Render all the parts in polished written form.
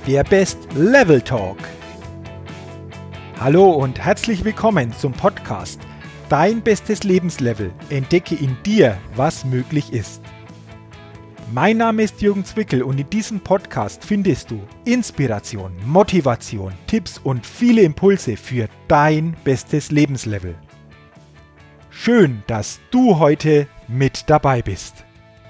der Best Level Talk. Hallo und herzlich willkommen zum Podcast Dein bestes Lebenslevel. Entdecke in dir, was möglich ist. Mein Name ist Jürgen Zwickel und in diesem Podcast findest du Inspiration, Motivation, Tipps und viele Impulse für dein bestes Lebenslevel. Schön, dass du heute mit dabei bist.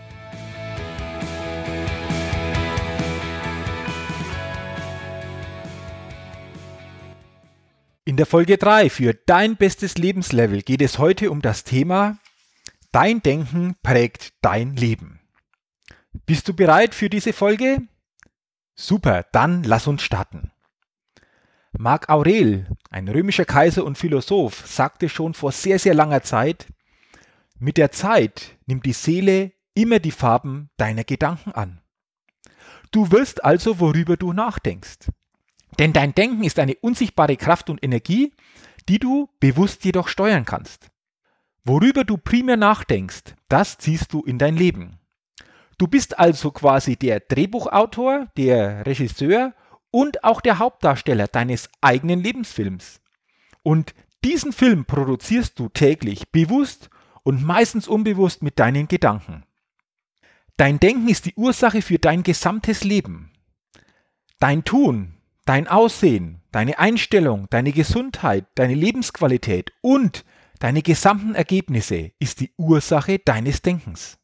In der Folge 3 für dein bestes Lebenslevel geht es heute um das Thema Dein Denken prägt dein Leben. Bist du bereit für diese Folge? Super, dann lass uns starten. Marc Aurel, ein römischer Kaiser und Philosoph, sagte schon vor sehr, sehr langer Zeit: Mit der Zeit nimmt die Seele immer die Farben deiner Gedanken an. Du wirst also, worüber du nachdenkst. Denn dein Denken ist eine unsichtbare Kraft und Energie, die du bewusst jedoch steuern kannst. Worüber du primär nachdenkst, das ziehst du in dein Leben. Du bist also quasi der Drehbuchautor, der Regisseur und auch der Hauptdarsteller deines eigenen Lebensfilms. Und diesen Film produzierst du täglich bewusst und meistens unbewusst mit deinen Gedanken. Dein Denken ist die Ursache für dein gesamtes Leben. Dein Tun, dein Aussehen, deine Einstellung, deine Gesundheit, deine Lebensqualität und deine gesamten Ergebnisse ist die Ursache deines Denkens.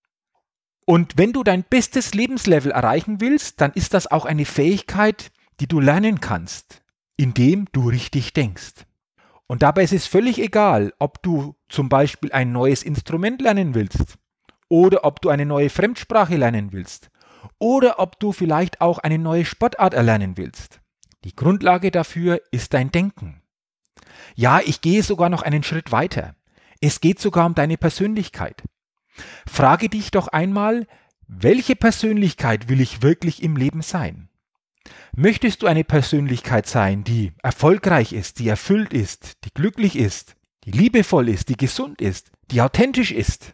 Und wenn du dein bestes Lebenslevel erreichen willst, dann ist das auch eine Fähigkeit, die du lernen kannst, indem du richtig denkst. Und dabei ist es völlig egal, ob du zum Beispiel ein neues Instrument lernen willst oder ob du eine neue Fremdsprache lernen willst. Oder ob du vielleicht auch eine neue Sportart erlernen willst. Die Grundlage dafür ist dein Denken. Ja, ich gehe sogar noch einen Schritt weiter. Es geht sogar um deine Persönlichkeit. Frage dich doch einmal, welche Persönlichkeit will ich wirklich im Leben sein? Möchtest du eine Persönlichkeit sein, die erfolgreich ist, die erfüllt ist, die glücklich ist, die liebevoll ist, die gesund ist, die authentisch ist?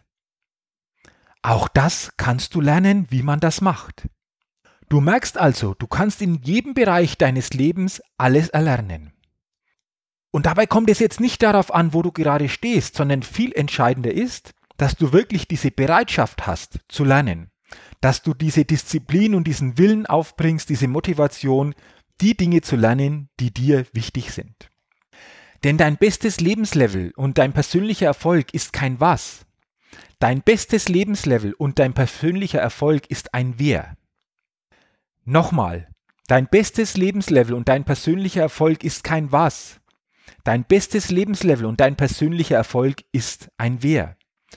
Auch das kannst du lernen, wie man das macht. Du merkst also, du kannst in jedem Bereich deines Lebens alles erlernen. Und dabei kommt es jetzt nicht darauf an, wo du gerade stehst, sondern viel entscheidender ist, dass du wirklich diese Bereitschaft hast zu lernen, dass du diese Disziplin und diesen Willen aufbringst, diese Motivation, die Dinge zu lernen, die dir wichtig sind. Denn dein bestes Lebenslevel und dein persönlicher Erfolg ist kein Was. Dein bestes Lebenslevel und dein persönlicher Erfolg ist ein Wer. Nochmal, dein bestes Lebenslevel und dein persönlicher Erfolg ist kein Was. Dein bestes Lebenslevel und dein persönlicher Erfolg ist ein Wer.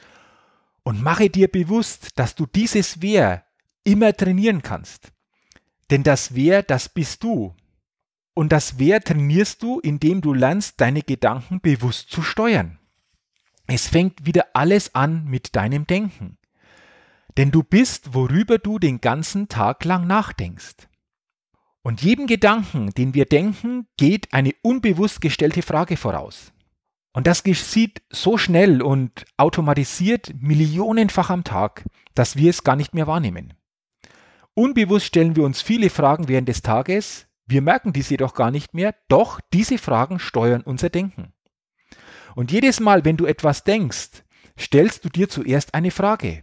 Und mache dir bewusst, dass du dieses Wer immer trainieren kannst. Denn das Wer, das bist du. Und das Wer trainierst du, indem du lernst, deine Gedanken bewusst zu steuern. Es fängt wieder alles an mit deinem Denken. Denn du bist, worüber du den ganzen Tag lang nachdenkst. Und jedem Gedanken, den wir denken, geht eine unbewusst gestellte Frage voraus. Und das geschieht so schnell und automatisiert millionenfach am Tag, dass wir es gar nicht mehr wahrnehmen. Unbewusst stellen wir uns viele Fragen während des Tages, wir merken dies jedoch gar nicht mehr, doch diese Fragen steuern unser Denken. Und jedes Mal, wenn du etwas denkst, stellst du dir zuerst eine Frage.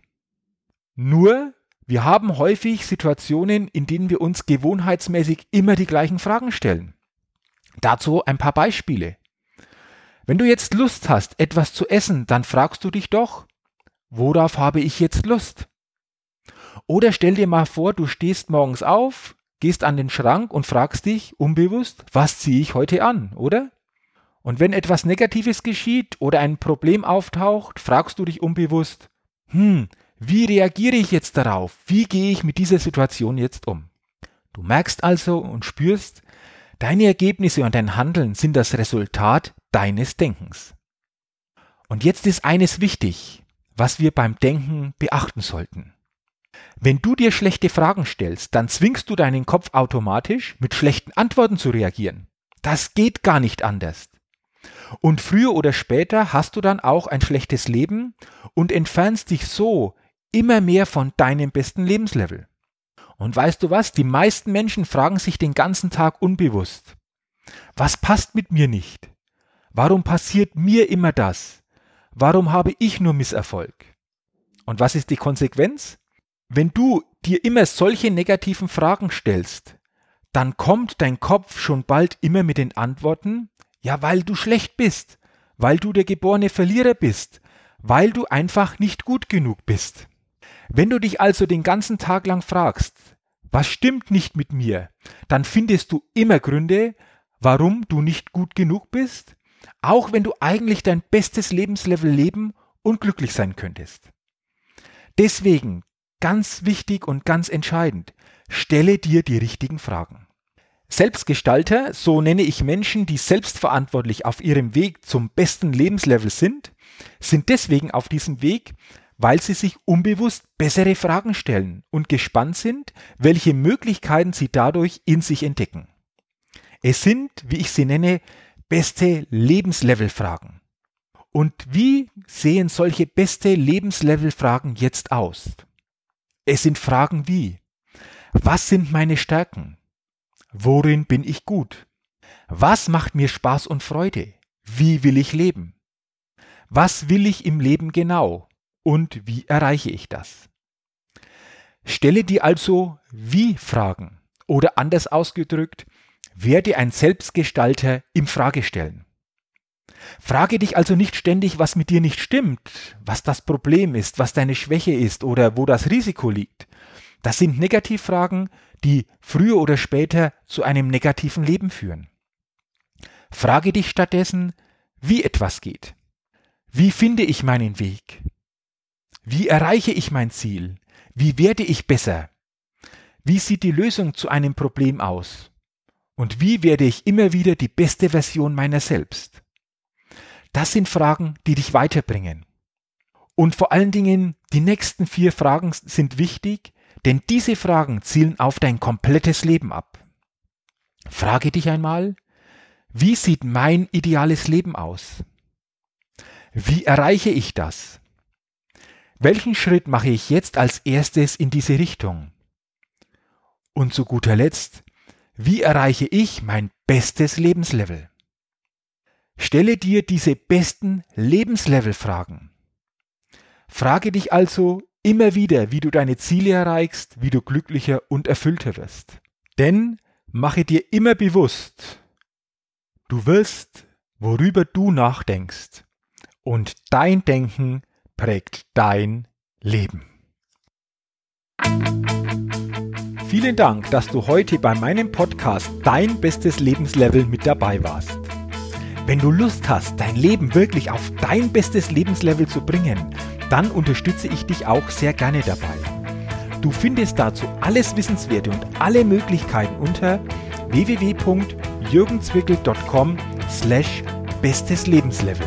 Nur, wir haben häufig Situationen, in denen wir uns gewohnheitsmäßig immer die gleichen Fragen stellen. Dazu ein paar Beispiele. Wenn du jetzt Lust hast, etwas zu essen, dann fragst du dich doch, worauf habe ich jetzt Lust? Oder stell dir mal vor, du stehst morgens auf, gehst an den Schrank und fragst dich unbewusst, was ziehe ich heute an, oder? Und wenn etwas Negatives geschieht oder ein Problem auftaucht, fragst du dich unbewusst, wie reagiere ich jetzt darauf? Wie gehe ich mit dieser Situation jetzt um? Du merkst also und spürst, deine Ergebnisse und dein Handeln sind das Resultat deines Denkens. Und jetzt ist eines wichtig, was wir beim Denken beachten sollten. Wenn du dir schlechte Fragen stellst, dann zwingst du deinen Kopf automatisch, mit schlechten Antworten zu reagieren. Das geht gar nicht anders. Und früher oder später hast du dann auch ein schlechtes Leben und entfernst dich so immer mehr von deinem besten Lebenslevel. Und weißt du was? Die meisten Menschen fragen sich den ganzen Tag unbewusst: Was passt mit mir nicht? Warum passiert mir immer das? Warum habe ich nur Misserfolg? Und was ist die Konsequenz? Wenn du dir immer solche negativen Fragen stellst, dann kommt dein Kopf schon bald immer mit den Antworten: Ja, weil du schlecht bist, weil du der geborene Verlierer bist, weil du einfach nicht gut genug bist. Wenn du dich also den ganzen Tag lang fragst: Was stimmt nicht mit mir? Dann findest du immer Gründe, warum du nicht gut genug bist, auch wenn du eigentlich dein bestes Lebenslevel leben und glücklich sein könntest. Deswegen, ganz wichtig und ganz entscheidend, stelle dir die richtigen Fragen. Selbstgestalter, so nenne ich Menschen, die selbstverantwortlich auf ihrem Weg zum besten Lebenslevel sind deswegen auf diesem Weg, weil sie sich unbewusst bessere Fragen stellen und gespannt sind, welche Möglichkeiten sie dadurch in sich entdecken. Es sind, wie ich sie nenne, beste Lebenslevel-Fragen. Und wie sehen solche beste Lebenslevel-Fragen jetzt aus? Es sind Fragen wie: Was sind meine Stärken? Worin bin ich gut? Was macht mir Spaß und Freude? Wie will ich leben? Was will ich im Leben genau? Und wie erreiche ich das? Stelle dir also Wie-Fragen oder anders ausgedrückt, werde ein Selbstgestalter im Fragestellen. Frage dich also nicht ständig, was mit dir nicht stimmt, was das Problem ist, was deine Schwäche ist oder wo das Risiko liegt. Das sind Negativfragen, die früher oder später zu einem negativen Leben führen. Frage dich stattdessen, wie etwas geht. Wie finde ich meinen Weg? Wie erreiche ich mein Ziel? Wie werde ich besser? Wie sieht die Lösung zu einem Problem aus? Und wie werde ich immer wieder die beste Version meiner selbst? Das sind Fragen, die dich weiterbringen. Und vor allen Dingen, die nächsten 4 Fragen sind wichtig, denn diese Fragen zielen auf dein komplettes Leben ab. Frage dich einmal: Wie sieht mein ideales Leben aus? Wie erreiche ich das? Welchen Schritt mache ich jetzt als erstes in diese Richtung? Und zu guter Letzt, wie erreiche ich mein bestes Lebenslevel? Stelle dir diese besten Lebenslevel-Fragen. Frage dich also immer wieder, wie du deine Ziele erreichst, wie du glücklicher und erfüllter wirst. Denn mache dir immer bewusst, du wirst, worüber du nachdenkst. Und dein Denken prägt dein Leben. Vielen Dank, dass du heute bei meinem Podcast Dein bestes Lebenslevel mit dabei warst. Wenn du Lust hast, dein Leben wirklich auf dein bestes Lebenslevel zu bringen, dann unterstütze ich dich auch sehr gerne dabei. Du findest dazu alles Wissenswerte und alle Möglichkeiten unter www.jürgenzwickel.com/bestesLebenslevel.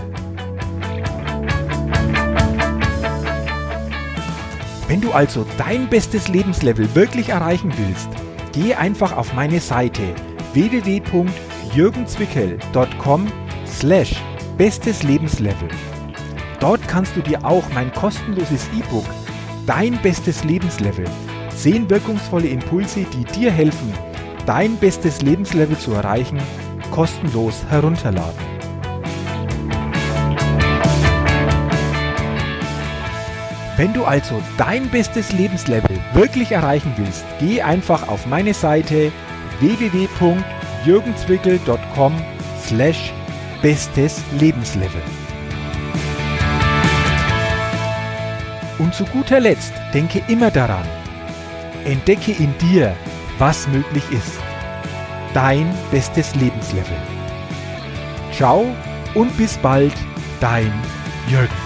Wenn du also dein bestes Lebenslevel wirklich erreichen willst, gehe einfach auf meine Seite www.jürgenzwickel.com/bestesLebenslevel. Dort kannst du dir auch mein kostenloses E-Book Dein bestes Lebenslevel, 10 wirkungsvolle Impulse, die dir helfen, dein bestes Lebenslevel zu erreichen, kostenlos herunterladen. Wenn du also dein bestes Lebenslevel wirklich erreichen willst, geh einfach auf meine Seite www.jürgenzwickel.com/bestesLebenslevel. Und zu guter Letzt denke immer daran, entdecke in dir, was möglich ist. Dein bestes Lebenslevel. Ciao und bis bald, dein Jürgen.